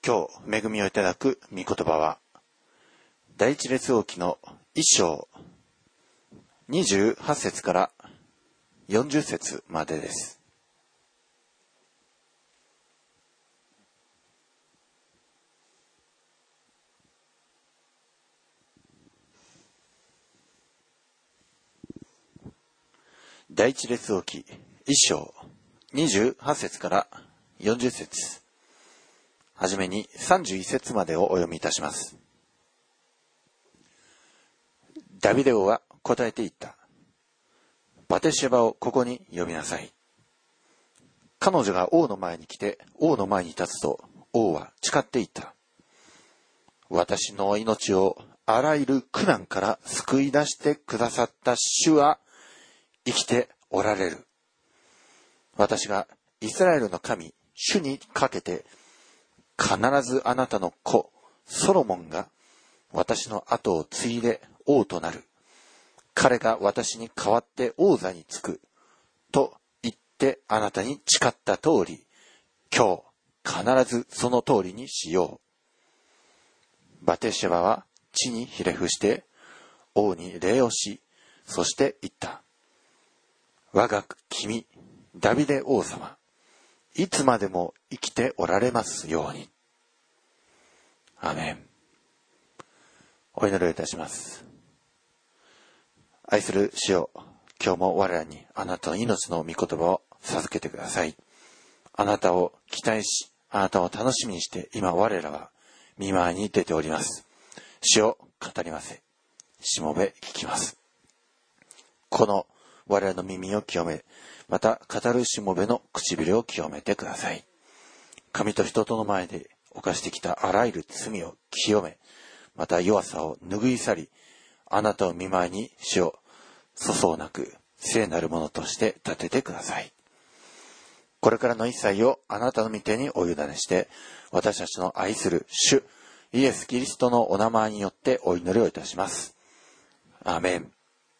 今日恵みをいただく御言葉は第一列王記の1章28節から40節までです。第一列王記1章28節から40節、はじめに31節までをお読みいたします。ダビデ王は答えて言った。バテシェバをここに呼びなさい。彼女が王の前に来て王の前に立つと、王は誓って言った。私の命をあらゆる苦難から救い出してくださった主は生きておられる。私がイスラエルの神主にかけて、必ずあなたの子ソロモンが私の後を継いで王となる。彼が私に代わって王座につくと言ってあなたに誓った通り、今日必ずその通りにしよう。バテシェバは地にひれ伏して王に礼をし、そして言った。我が君ダビデ王様、いつまでも生きておられますように。アーメン。お祈りをいたします。愛する主よ、今日も我らにあなたの命の御言葉を授けてください。あなたを期待し、あなたを楽しみにして今我らは御前に出ております。主を語りませ。しもべ聞きます。この我らの耳を清め、また語るしもべの唇を清めてください。神と人との前で犯してきたあらゆる罪を清め、また弱さを拭い去り、あなたを御前に主を粗相なく聖なるものとして立ててください。これからの一切をあなたの御手にお委ねして、私たちの愛する主イエス・キリストのお名前によってお祈りをいたします。アーメン。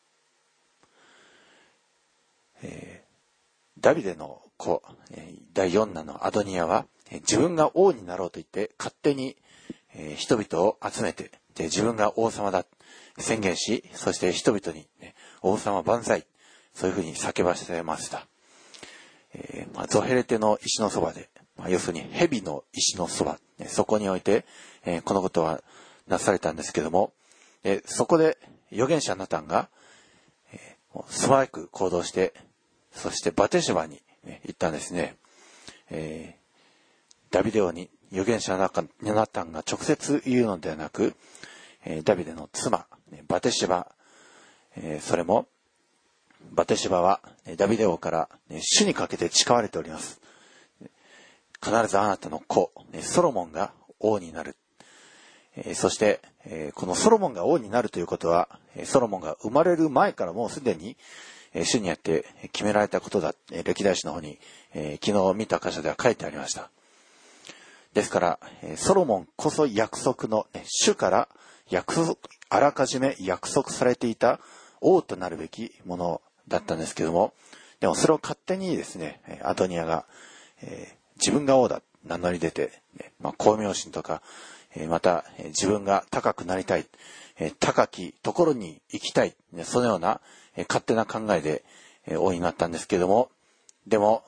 ダビデの子、第四男のアドニヤは自分が王になろうと言って勝手に人々を集めて、自分が王様だ宣言し、そして人々に、王様万歳、そういうふうに叫ばせました。ゾヘレテの石のそばで、要するに蛇の石のそば、そこにおいて、このことはなされたんですけども、そこで預言者ナタンが、素早く行動して、そしてバテシェバに行ったんですね。ダビデ王に預言者ナタンが直接言うのではなく、ダビデの妻バテシェバ、それもバテシェバはダビデ王から主にかけて誓われております。必ずあなたの子ソロモンが王になる。そしてこのソロモンが王になるということは、ソロモンが生まれる前からもうすでに主によって決められたことだ。歴代史の方に昨日見た箇所では書いてありました。ですからソロモンこそ約束の主からあらかじめ約束されていた王となるべきものだったんですけども、でもそれを勝手にですね、アドニヤが自分が王だ名乗り出て、功名心とか、また自分が高くなりたい、高きところに行きたい、そのような勝手な考えで王になったんですけども、でも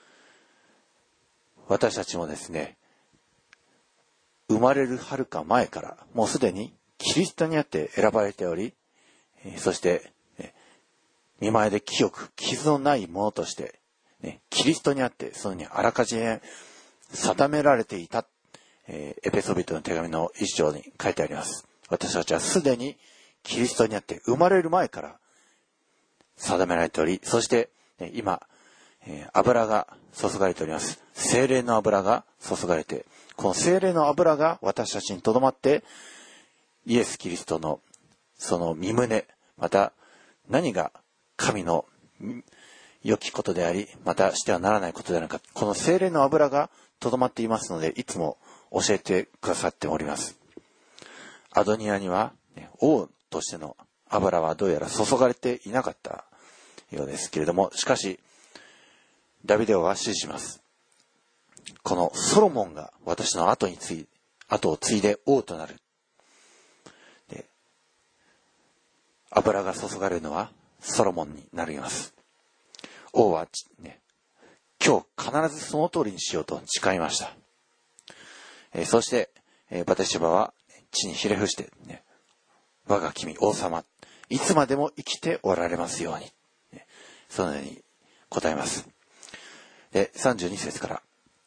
私たちもですね、生まれるはるか前からもうすでにキリストにあって選ばれており、そして見前で清く傷のないものとして、キリストにあってそのようにあらかじめ定められていた、エペソビトの手紙の一章に書いてあります。私たちはすでにキリストにあって生まれる前から定められており、そして今油が注がれております。聖霊の油が注がれて、この聖霊の油が私たちにとどまって、イエス・キリストのその御胸、また何が神の良きことであり、またしてはならないことであるか、この聖霊の油がとどまっていますので、いつも教えてくださっております。アドニヤには王としての油はどうやら注がれていなかったようですけれども、しかしダビデ王は指示します。このソロモンが私の後に継後を継いで王となる。で、油が注がれるのはソロモンになります。王は、ね、今日必ずその通りにしようと誓いました。そして、バテシバは地にひれ伏して、ね、我が君王様、いつまでも生きておられますように、ね、そのように答えます。で、32節から。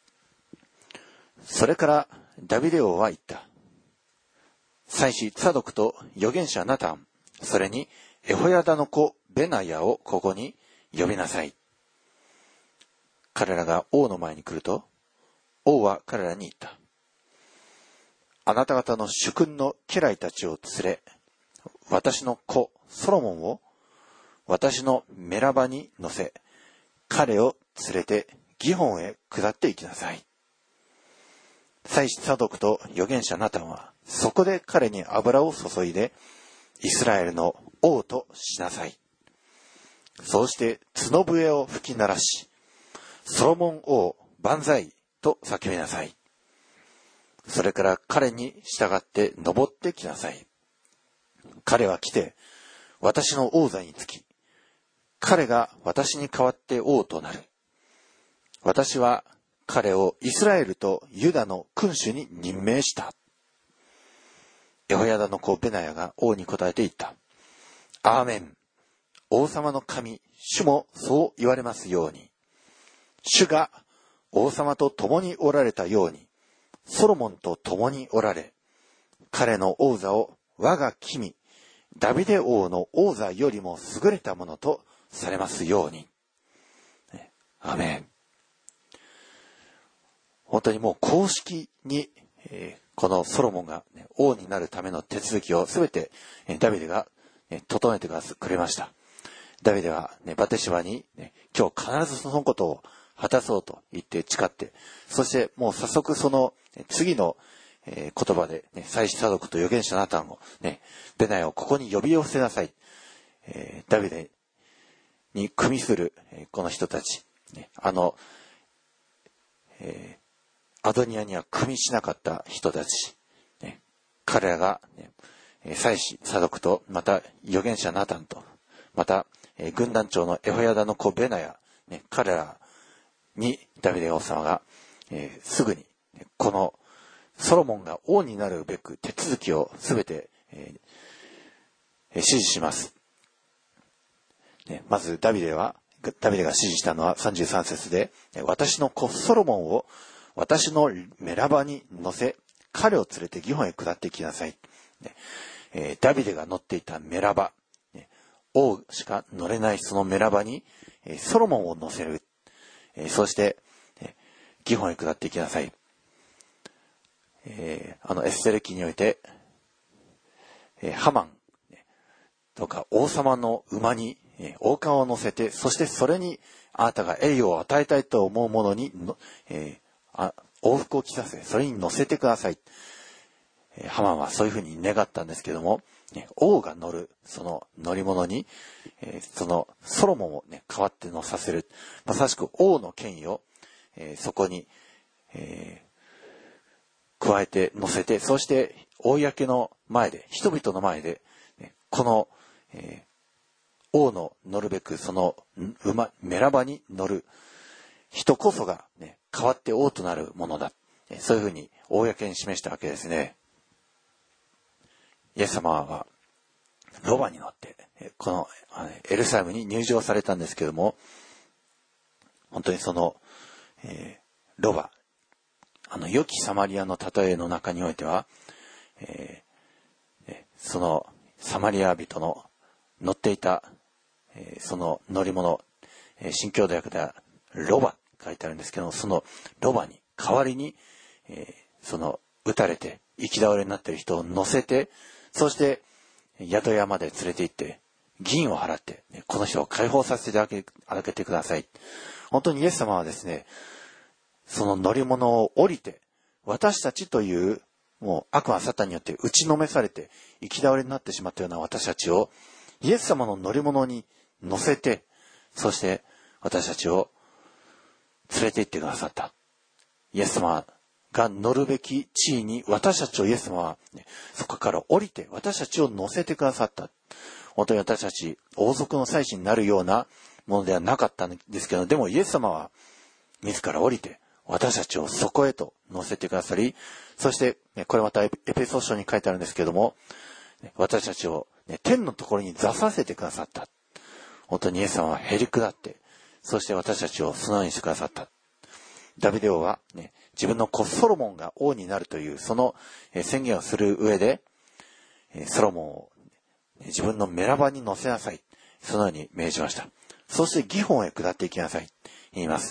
それからダビデ王は言った。祭司ツァドクと預言者ナタン、それにエホヤダの子ベナヤをここに呼びなさい。彼らが王の前に来ると、王は彼らに言った。あなた方の主君の家来たちを連れ、私の子ソロモンを私のメラバに乗せ、彼を連れてギホンへ下って行きなさい。祭司サドクと預言者ナタンはそこで彼に油を注いでイスラエルの王としなさい。そうして角笛を吹き鳴らし、ソロモン王万歳と叫びなさい。それから彼に従って登ってきなさい。彼は来て私の王座につき、彼が私に代わって王となる。私は彼をイスラエルとユダの君主に任命した。エホヤダの子ベナヤが王に答えて言った。アーメン。王様の神、主もそう言われますように。主が王様と共におられたように、ソロモンと共におられ、彼の王座を我が君、ダビデ王の王座よりも優れたものとされますように。アーメン。本当にもう公式に、このソロモンが、王になるための手続きをすべて、ダビデが、整えてくれました。ダビデは、バテシバに、今日必ずそのことを果たそうと言って誓って、そしてもう早速その次の言葉で、祭司サドクと預言者ナタンを、ベナヤをここに呼び寄せなさい。ダビデに組みするこの人たち、アドニヤには組みしなかった人たち、彼らが、祭司サドクと、また預言者ナタンと、また、軍団長のエホヤダの子ベナヤ、彼らにダビデ王様が、すぐにこのソロモンが王になるべく手続きをすべて、指示します。まずダビデが指示したのは33節で、私の子ソロモンを私のメラバに乗せ、彼を連れてギホンへ下ってきなさい。ダビデが乗っていたメラバ、王しか乗れないそのメラバにソロモンを乗せる。そしてギホンへ下っていきなさい。エステル記において、ハマンとか王様の馬に王冠を乗せて、そしてそれにあなたが栄誉を与えたいと思うものに王服を着させ、それに乗せてください。ハマンはそういうふうに願ったんですけども、王が乗るその乗り物に、そのソロモンを代わって乗させる。まさしく王の権威を、そこに、加えて乗せて、そして公の前で、人々の前で、この、王の乗るべくそのメラバに乗る人こそが、代わって王となるものだ。そういうふうに公に示したわけですね。イエス様はロバに乗ってこのエルサレムに入場されたんですけども、本当にその、ロバ、良きサマリアの例えの中においては、そのサマリア人の乗っていた、その乗り物、新共同訳ではロバ書いてあるんですけども、そのロバに代わりに、その撃たれて行き倒れになっている人を乗せて、そして宿屋まで連れて行って銀を払って、この人を解放させていただけてください。本当にイエス様はですね、その乗り物を降りて、私たちというもう悪魔サタンによって打ちのめされて行き倒れになってしまったような私たちをイエス様の乗り物に乗せて、そして私たちを連れて行ってくださった。イエス様が乗るべき地位に私たちをイエス様は、そこから降りて私たちを乗せてくださった。本当に私たち王族の祭司になるようなものではなかったんですけど、でもイエス様は自ら降りて私たちをそこへと乗せてくださり、そしてこれまたエペソ書に書いてあるんですけども、私たちを天のところに座させてくださった。本当にイエス様はへり下って、そして私たちをそのようにしてくださった。ダビデ王は、自分の子ソロモンが王になるというその宣言をする上で、ソロモンを自分のメラバに乗せなさい。そのように命じました。そしてギホンへ下っていきなさい。言います。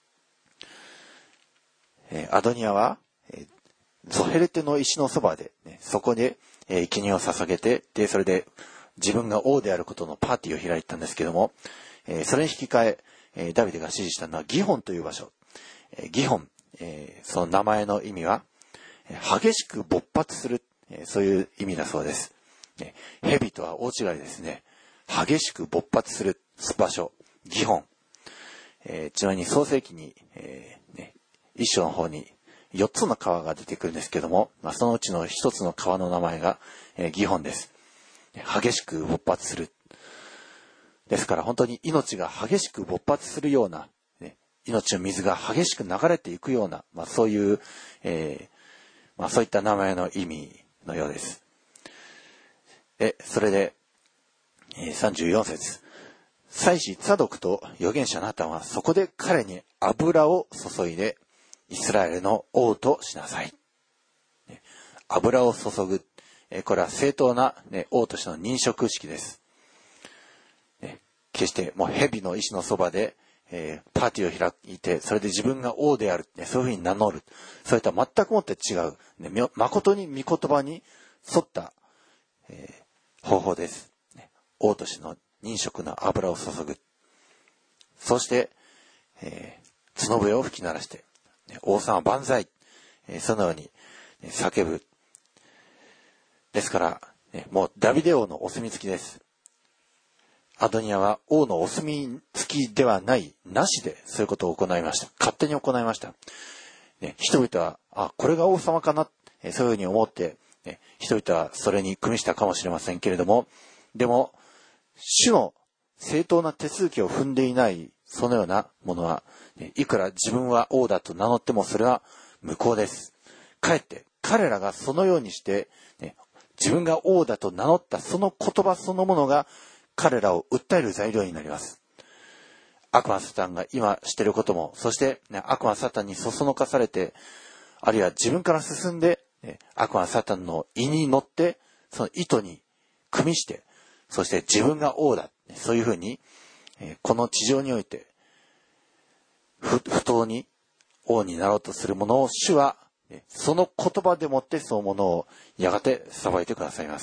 アドニアは、ゾヘレテの石のそばで、そこで、生贄を捧げて、で、それで自分が王であることのパーティーを開いたんですけども、それに引き換え、ダビデが指示したのはギホンという場所。ギホン、その名前の意味は、激しく勃発する、そういう意味だそうです。蛇とは大違いですね。激しく勃発する場所、ギホン。ちなみに創世記に、一章の方に4つの川が出てくるんですけども、そのうちの1つの川の名前が、ギホンです。激しく勃発する。ですから本当に命が激しく勃発するような、命の水が激しく流れていくような、そういう、そういった名前の意味のようです。それで、34節。祭司ツァドクと預言者ナタンはそこで彼に油を注いでイスラエルの王としなさい。油を注ぐ。これは正当な、王としての認職式です。決してもう蛇の石のそばで、パーティーを開いて、それで自分が王である、そういうふうに名乗る。それとは全くもって違う。誠に御言葉に沿った、方法です。王としての認職の油を注ぐ。そして、角笛を吹き鳴らして、王様万歳、そのように、叫ぶ。ですから、もうダビデ王のお墨付きです。アドニアは王のお墨付きではない、なしでそういうことを行いました。勝手に行いました。人々は、これが王様かな、そういうふうに思って、人々はそれに組みしたかもしれませんけれども、でも、主の正当な手続きを踏んでいない、そのようなものは、いくら自分は王だと名乗ってもそれは無効です。かえって彼らがそのようにして、自分が王だと名乗ったその言葉そのものが彼らを訴える材料になります。悪魔サタンが今していることも、そして、悪魔サタンにそそのかされて、あるいは自分から進んで、悪魔サタンの意に乗って、その意図に組みして、そして自分が王だ。そういうふうに、この地上において、不当に王になろうとする者を主は、その言葉でもってそのものをやがて裁いてくださいます。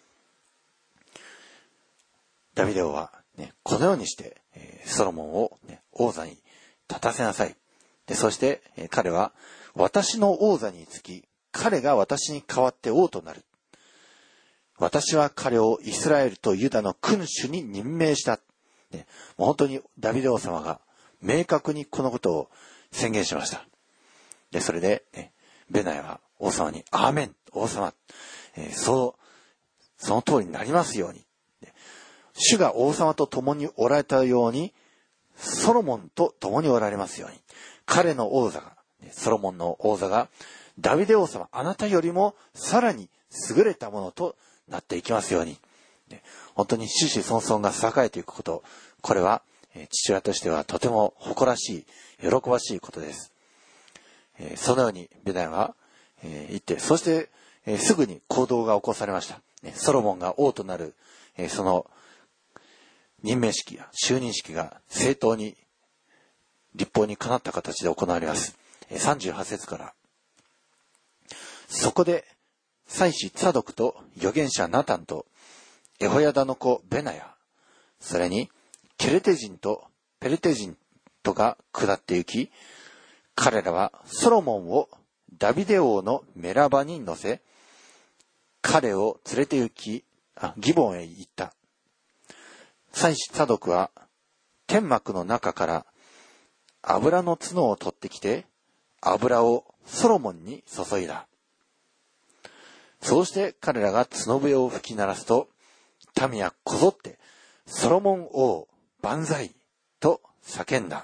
ダビデ王は、このようにして、ソロモンを、王座に立たせなさい。でそして、彼は私の王座につき、彼が私に代わって王となる。私は彼をイスラエルとユダの君主に任命した。もう本当にダビデ王様が明確にこのことを宣言しました。でそれで、ベナヤは王様にアーメン、王様、その通りになりますように。主が王様と共におられたように、ソロモンと共におられますように。彼の王座が、ソロモンの王座が、ダビデ王様、あなたよりもさらに優れたものとなっていきますように。本当に子々孫々が栄えていくこと、これは父親としてはとても誇らしい、喜ばしいことです。そのようにベナヤは言って、そしてすぐに行動が起こされました。ソロモンが王となるその任命式や就任式が正当に律法にかなった形で行われます。38節から。そこで祭司ツァドクと預言者ナタンとエホヤダの子ベナヤ、それにケレテ人とペレテ人とが下って行き、彼らはソロモンをダビデ王のメラバに乗せ、彼を連れて行き、ギボンへ行った。祭司ツァドクは天幕の中から油の角を取ってきて、油をソロモンに注いだ。そうして彼らが角笛を吹き鳴らすと、民はこぞって、ソロモン王万歳と叫んだ。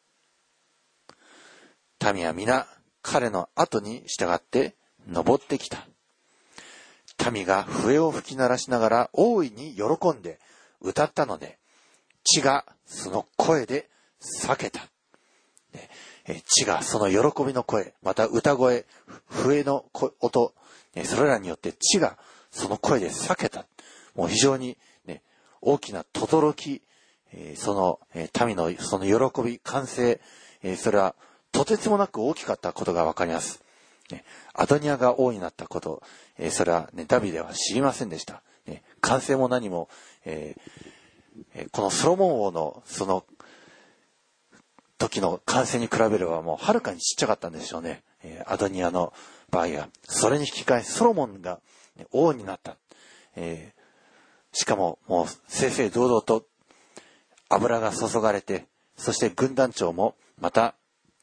民は皆彼の後に従って登ってきた。民が笛を吹き鳴らしながら大いに喜んで歌ったので、地がその声で裂けた。地がその喜びの声、また歌声、笛の音、それらによって地がその声で裂けた。もう非常に、大きな轟き、その民のその喜び、歓声、それはとてつもなく大きかったことがわかります。アドニヤが王になったこと、それは、ダビデは知りませんでした。歓声も何も、このソロモン王のその時の歓声に比べればもうはるかにちっちゃかったんでしょうね。アドニヤの場合は。それに引き換えソロモンが王になった。しかももう正々堂々と油が注がれて、そして軍団長もまた、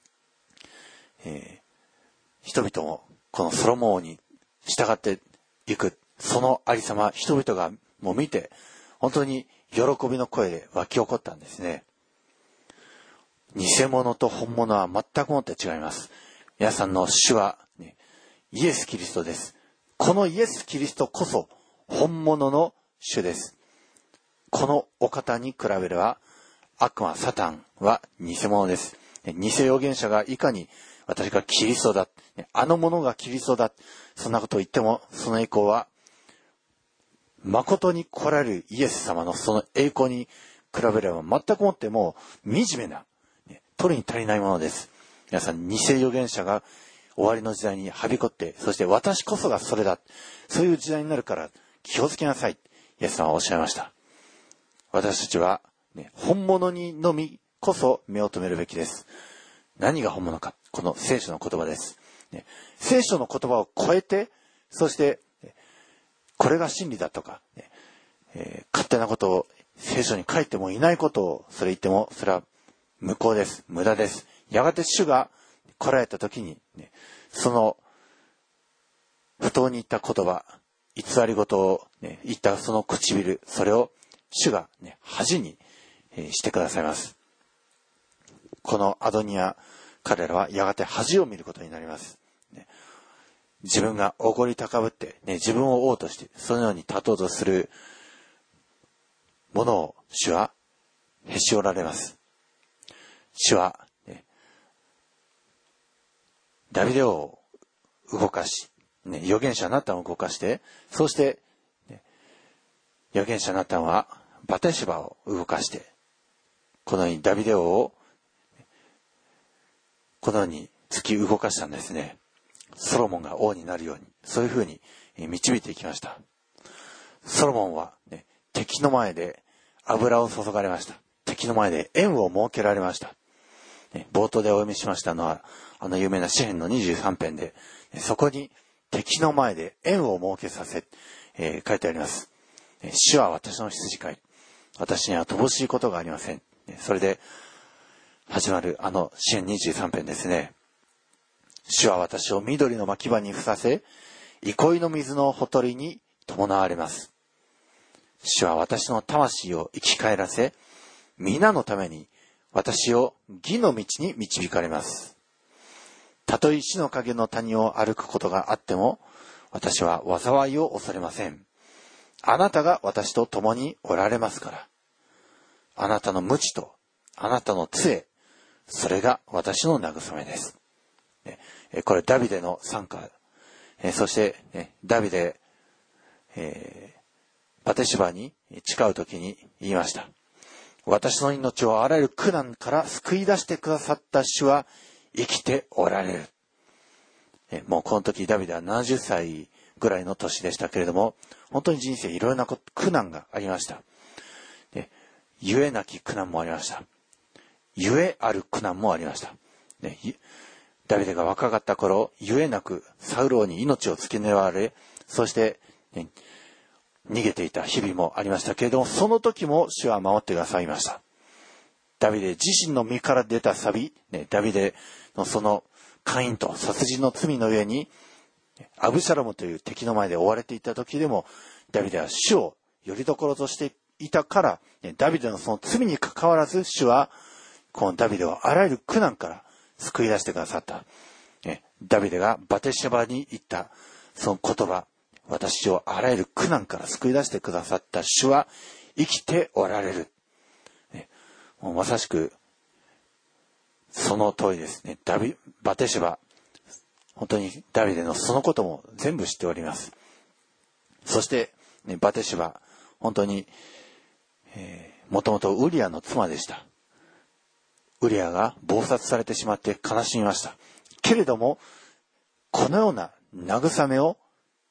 人々もこのソロモン王に従っていく。そのありさま、人々がもう見て本当に喜びの声で湧き起こったんですね。偽物と本物は全くもって違います。皆さんの主は、イエス・キリストです。このイエス・キリストこそ本物の主です。このお方に比べれば悪魔サタンは偽物です。偽預言者がいかに私がキリストだ、あの者がキリストだ、そんなことを言ってもその栄光は誠に来られるイエス様のその栄光に比べれば全くもってもう惨めな、取るに足りないものです。皆さん、偽預言者が終わりの時代にはびこって、そして私こそがそれだ、そういう時代になるから気をつけなさい、イエス様はおっしゃいました。私たちは、本物にのみこそ目を留めるべきです。何が本物か、この聖書の言葉です。聖書の言葉を超えて、そしてこれが真理だとか、勝手なことを聖書に書いてもいないことをそれ言ってもそれは無効です。無駄です。やがて主が来られた時に、その不当に言った言葉、偽り事を、言ったその唇、それを主が、恥に、してくださいます。このアドニヤ、彼らはやがて恥を見ることになります。自分がおごり高ぶって、自分を王としてそのように立とうとするものを主はへし折られます。主は、ダビデ王を動かし、預言者ナタンを動かして、そして、預言者ナタンはバテシバを動かして、このようにダビデ王をこのように突き動かしたんですね。ソロモンが王になるように、そういうふうに導いていきました。ソロモンは、敵の前で油を注がれました。敵の前で宴を設けられました。冒頭でお読みしましたのは、あの有名な詩編の23編で、そこに敵の前で宴を設けさせ、書いてあります。主は私の羊飼い。私には乏しいことがありません。それで始まるあの詩編23編ですね。主は私を緑の牧場に伏させ、憩いの水のほとりに伴われます。主は私の魂を生き返らせ、皆のために私を義の道に導かれます。たとえ死の影の谷を歩くことがあっても、私は災いを恐れません。あなたが私と共におられますから。あなたの鞭とあなたの杖、それが私の慰めです。これダビデの賛歌。そしてダビデ、バテシバに誓うときに言いました。私の命をあらゆる苦難から救い出してくださった主は生きておられる。もうこの時ダビデは70歳ぐらいの年でしたけれども、本当に人生いろいろな苦難がありました。ゆえなき苦難もありました。ゆえある苦難もありました。ダビデが若かった頃、ゆえなくサウル王に命を突き狙われ、そして、逃げていた日々もありましたけれども、その時も主は守ってくださいました。ダビデ自身の身から出たサビ、ダビデのその姦淫と殺人の罪の上にアブシャロムという敵の前で追われていた時でも、ダビデは主を拠り所としていたから、ダビデのその罪に関わらず、主はこのダビデをあらゆる苦難から救い出してくださった。ダビデがバテシェバに言ったその言葉、私をあらゆる苦難から救い出してくださった主は生きておられる。もうまさしくその通りですね。バテシェバ、本当にダビデのそのことも全部知っております。そして、バテシェバ、本当に、もともとウリアの妻でした。ウリアが謀殺されてしまって悲しみました。けれども、このような慰めを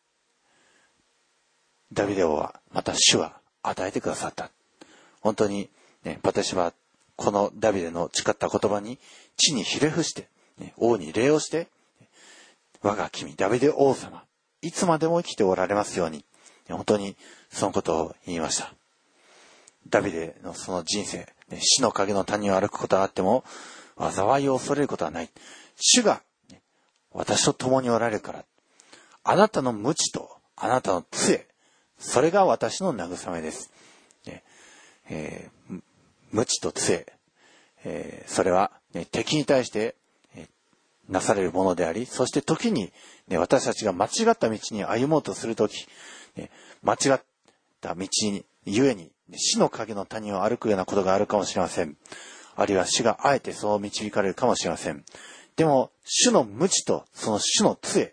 ダビデ王は、また主は与えてくださった。本当に、バテシェバ、このダビデの誓った言葉に地にひれ伏して、王に礼をして、我が君ダビデ王様、いつまでも生きておられますように、本当にそのことを言いました。ダビデのその人生、死の影の谷を歩くことはあっても、災いを恐れることはない。主が私と共におられるから、あなたの無知とあなたの杖、それが私の慰めです。無知と杖、それは、敵に対して、なされるものであり、そして時に、私たちが間違った道に歩もうとするとき、間違った道にゆえに死の影の谷を歩くようなことがあるかもしれません。あるいは主があえてそう導かれるかもしれません。でも主の無知とその主の杖、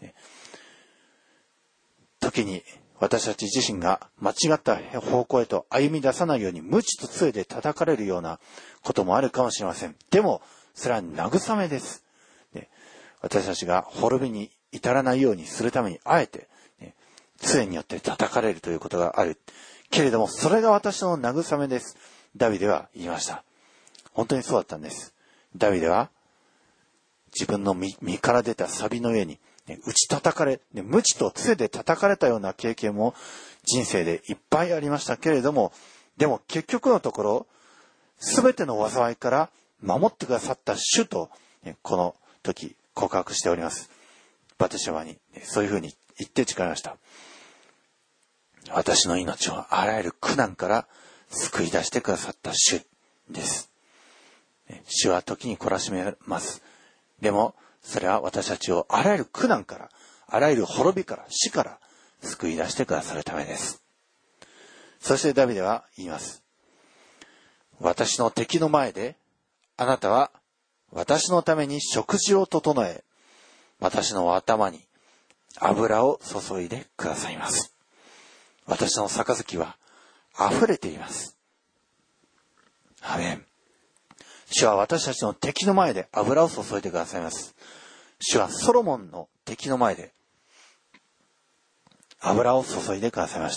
時に私たち自身が間違った方向へと歩み出さないように無知と杖で叩かれるようなこともあるかもしれません。でもそれは慰めです。私たちが滅びに至らないようにするためにあえて杖によって叩かれるということがある。けれどもそれが私の慰めです。ダビデは言いました。本当にそうだったんです。ダビデは自分の身から出た錆の上に打ち叩かれ、無知と杖で叩かれたような経験も人生でいっぱいありましたけれども、でも結局のところ全ての災いから守ってくださった主とこの時告白しております。バテシェバにそういうふうに言って誓いました。私の命をあらゆる苦難から救い出してくださった主です。主は時に懲らしめます。でもそれは私たちをあらゆる苦難から、あらゆる滅びから死から救い出してくださるためです。そしてダビデは言います。私の敵の前であなたは私のために食事を整え、私の頭に油を注いでくださいます。私の杯は溢れています。アメン。主は私たちの敵の前で油を注いでくださいます。主はソロモンの敵の前で油を注いでくださいました。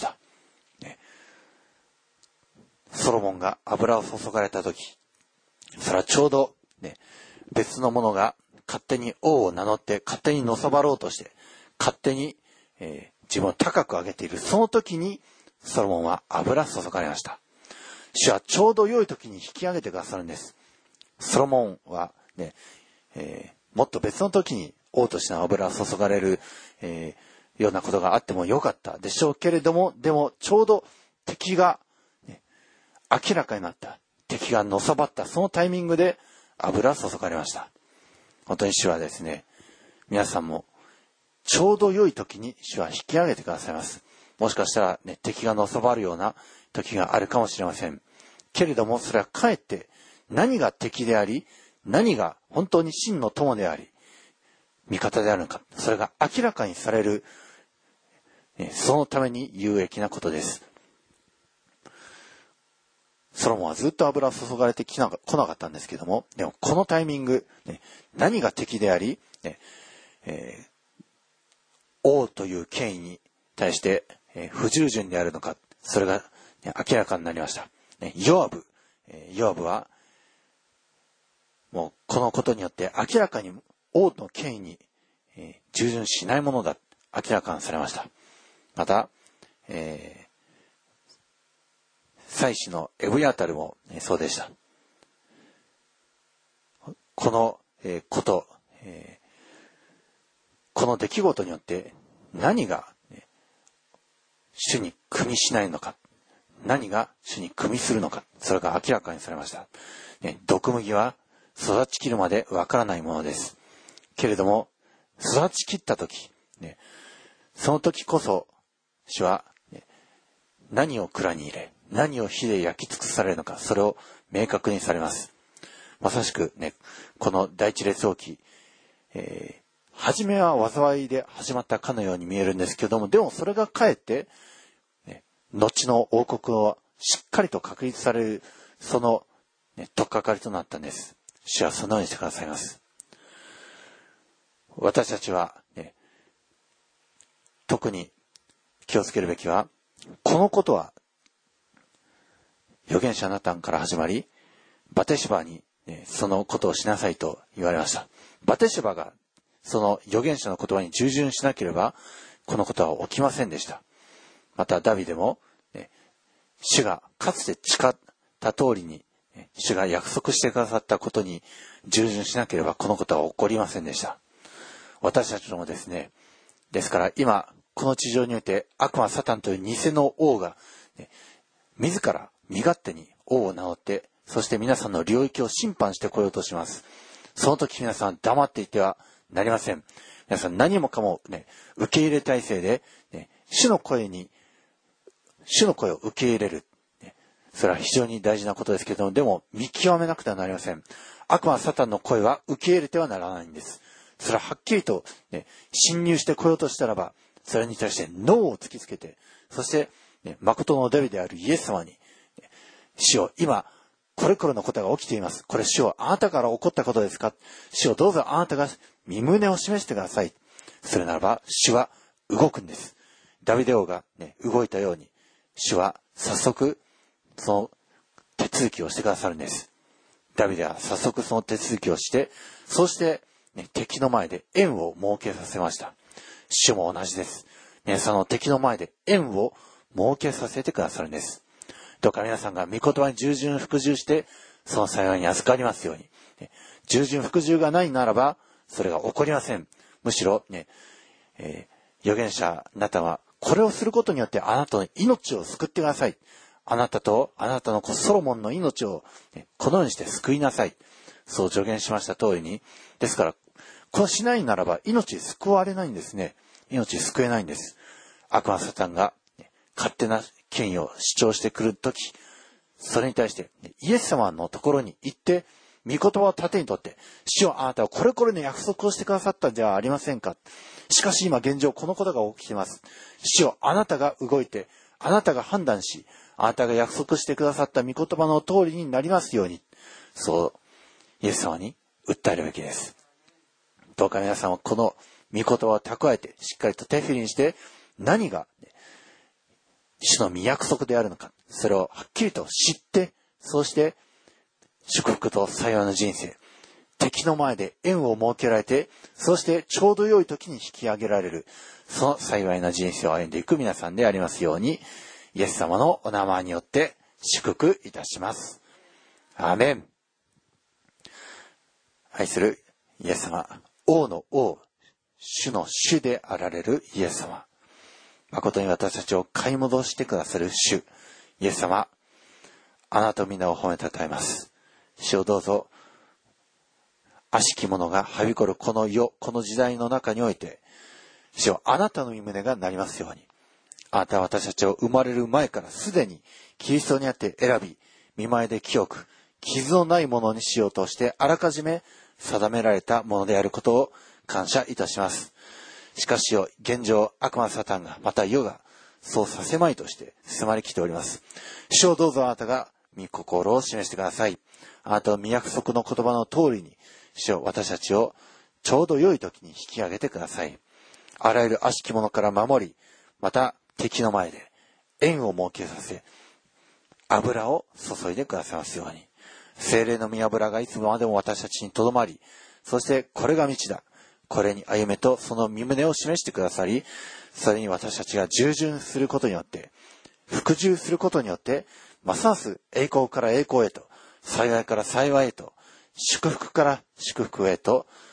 ソロモンが油を注がれたとき、それはちょうど、別の者が勝手に王を名乗って勝手にのさばろうとして勝手に、自分を高く上げているその時にソロモンは油注がれました。主はちょうど良い時に引き上げてくださるんです。ソロモンは、もっと別の時に王としての油を注がれる、ようなことがあってもよかったでしょうけれども、でもちょうど敵が、明らかになった、敵がのさばったそのタイミングで油注がれました。本当に主はですね、皆さんもちょうど良い時に主は引き上げてくださいます。もしかしたら、敵がのさばるような時があるかもしれません。けれどもそれはかえって何が敵であり、何が本当に真の友であり、味方であるのか、それが明らかにされる、そのために有益なことです。ソロモンはずっと油を注がれて来なかったんですけども、でもこのタイミング、何が敵であり、王という権威に対して不従順であるのか、それが明らかになりました。ヨアブはもうこのことによって明らかに王の権威に従順しないものだ、明らかにされました。また、祭司のエブヤタルもそうでした。このこと、 この出来事によって何が主に組みしないのか、何が主に組みするのか、それが明らかにされました。毒麦は育ちきるまでわからないものです。けれども、育ちきったとき、その時こそ主は何を蔵に入れ、何を火で焼き尽くされるのか、それを明確にされます。まさしくこの第一列王記、初めは災いで始まったかのように見えるんですけれども、でもそれがかえって、後の王国をしっかりと確立される、その、取っかかりとなったんです。主はそのようにしてくださいます。私たちは、特に気をつけるべきは、このことは預言者ナタンから始まり、バテシバに、そのことをしなさいと言われました。バテシバがその預言者の言葉に従順しなければこのことは起きませんでした。またダビデも、主がかつて誓った通りに、主が約束してくださったことに従順しなければこのことは起こりませんでした。私たちもですね、ですから今この地上において悪魔サタンという偽の王が、自ら身勝手に王を名乗って、そして皆さんの領域を侵犯してこようとします。その時皆さん黙っていてはなりません。皆さん何もかも受け入れ体制で、主の声を受け入れる。それは非常に大事なことですけれども、でも見極めなくてはなりません。悪魔サタンの声は受け入れてはならないんです。それははっきりと、侵入してこようとしたらば、それに対してノーを突きつけて、そして、誠のダビデであるイエス様に、主よ、今これこれのことが起きています。これ主よ、あなたから起こったことですか。主よ、どうぞあなたが身旨を示してください。それならば主は動くんです。ダビデ王が、動いたように、主は早速その手続きをしてくださるんです。ダビデは早速その手続きをして、そして、敵の前で縁を設けさせました。主も同じです。皆さんの敵の前で縁を設けさせてくださるんです。どうか皆さんが御言葉に従順服従して、その幸いに預かりますように。従順服従がないならば、それが起こりません。むしろ、預言者あなたは、これをすることによってあなたの命を救ってください。あなたとあなたの子ソロモンの命を、このようにして救いなさい。そう助言しました通りに。ですから、こうしないならば命救われないんですね。命救えないんです。悪魔サタンが勝手な権威を主張してくるとき、それに対してイエス様のところに行って、御言葉を盾にとって、主よ、あなたはこれこれの約束をしてくださったんじゃありませんか。しかし今現状このことが起きています。主よ、あなたが動いて、あなたが判断し、あなたが約束してくださった御言葉の通りになりますように、そうイエス様に訴えるべきです。どうか皆さんはこの御言葉を蓄えて、しっかりと手振りにして、何が主の御約束であるのか、それをはっきりと知って、そうして祝福と幸いの人生、敵の前で縁を設けられて、そしてちょうど良い時に引き上げられる、その幸いな人生を歩んでいく皆さんでありますように、イエス様のお名前によって祝福いたします。アーメン。愛するイエス様、王の王、主の主であられるイエス様、誠に私たちを買い戻してくださる主、イエス様、あなた皆を褒めたたえます。主をどうぞ、悪しき者がはびこるこの世、この時代の中において、主よ、あなたの御胸がなりますように。あなたは私たちを生まれる前からすでにキリストにあって選び、見舞いで清く、傷のないものにしようとしてあらかじめ定められたものであることを感謝いたします。しかしよ、現状、悪魔サタンが、また世が、そうさせまいとして迫り来ております。主をどうぞあなたが御心を示してください。あなたの御約束の言葉の通りに、主を私たちをちょうど良い時に引き上げてください。あらゆる悪しき者から守り、また敵の前で縁を設けさせ、油を注いでくださいますように。聖霊の御油がいつまでも私たちにとどまり、そしてこれが道だ。これに歩めとその身旨を示してくださり、それに私たちが従順することによって、服従することによって、ますます栄光から栄光へと、幸いから幸いへと、祝福から祝福へと、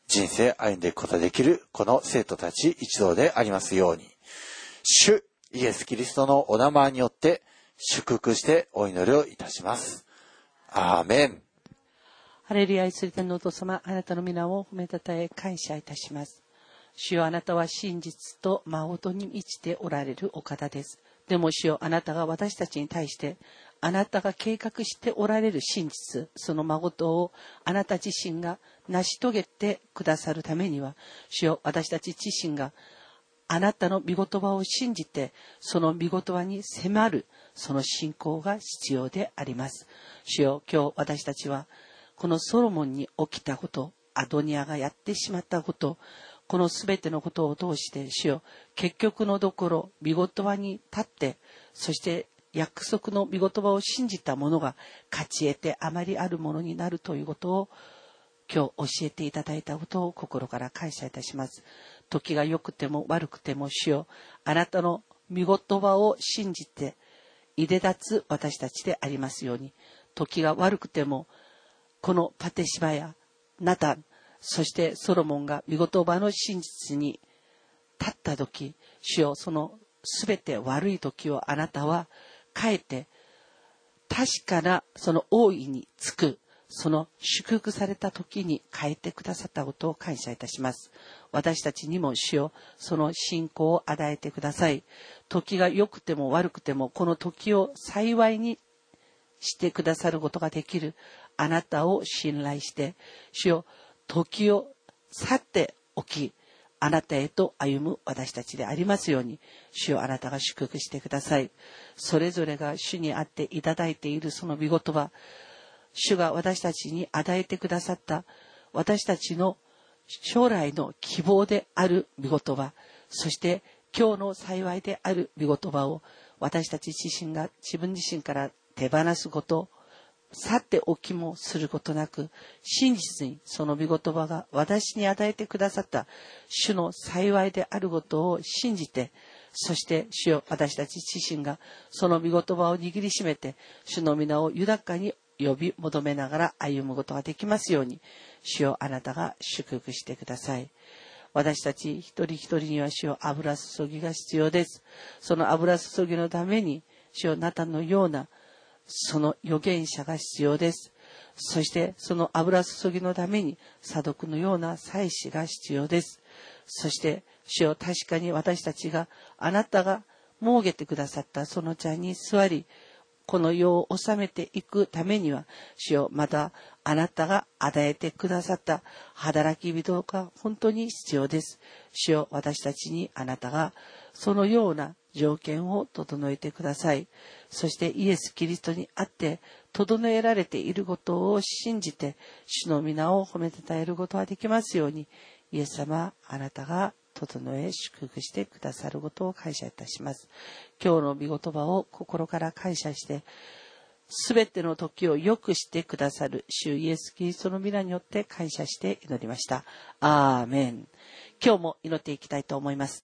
人生歩んでいくことができるこの生徒たち一同でありますように、主イエス・キリストのお名前によって祝福してお祈りをいたします。アーメン。 ハレルヤ、愛する天のお父様、あなたの皆を褒めたたえ感謝いたします。主よ、あなたは真実と誠に満ちておられるお方です。でも主よ、あなたが私たちに対してあなたが計画しておられる真実、その誠をあなた自身が成し遂げてくださるためには、主よ、私たち自身があなたの御言葉を信じて、その御言葉に迫る、その信仰が必要であります。主よ、今日私たちは、このソロモンに起きたこと、アドニアがやってしまったこと、このすべてのことを通して、主よ、結局のところ、御言葉に立って、そして約束の御言葉を信じた者が勝ち得てあまりあるものになるということを、今日教えていただいたことを心から感謝いたします。時が良くても悪くても主よ、あなたの御言葉を信じて、いで立つ私たちでありますように、時が悪くても、このパテシバやナタン、そしてソロモンが御言葉の真実に立った時、主よ、そのすべて悪い時をあなたは変えて、確かなその大いにつく、その祝福された時に変えてくださったことを感謝いたします。私たちにも主よ、その信仰を与えてください。時が良くても悪くても、この時を幸いにしてくださることができるあなたを信頼して、主よ、時を去っておき、あなたへと歩む私たちでありますように、主よ、あなたが祝福してください。それぞれが主にあっていただいているその御言葉、主が私たちに与えてくださった私たちの将来の希望である御言葉、そして今日の幸いである御言葉を私たち自身が自分自身から手放すこと、去っておきもすることなく、真実にその御言葉が私に与えてくださった主の幸いであることを信じて、そして主よ、私たち自身がその御言葉を握りしめて、主の皆を豊かに呼び求めながら歩むことができますように、主よ、あなたが祝福してください。私たち一人一人には主よ、油注ぎが必要です。その油注ぎのために、主よ、ナタンのようなその預言者が必要です。そしてその油注ぎのためにサドクのような祭司が必要です。そして主よ、確かに私たちがあなたが設けてくださったその茶に座り、この世を治めていくためには、主よ、またあなたが与えてくださった働き人が本当に必要です。主よ、私たちにあなたがそのような条件を整えてください。そしてイエス・キリストにあって整えられていることを信じて、主の皆を褒めたたえることができますように、イエス様、あなたが整え祝福してくださることを感謝いたします。今日の御言葉を心から感謝して、すべての時を良くしてくださる主イエス・キリストの皆によって感謝して祈りました。アーメン。今日も祈っていきたいと思います。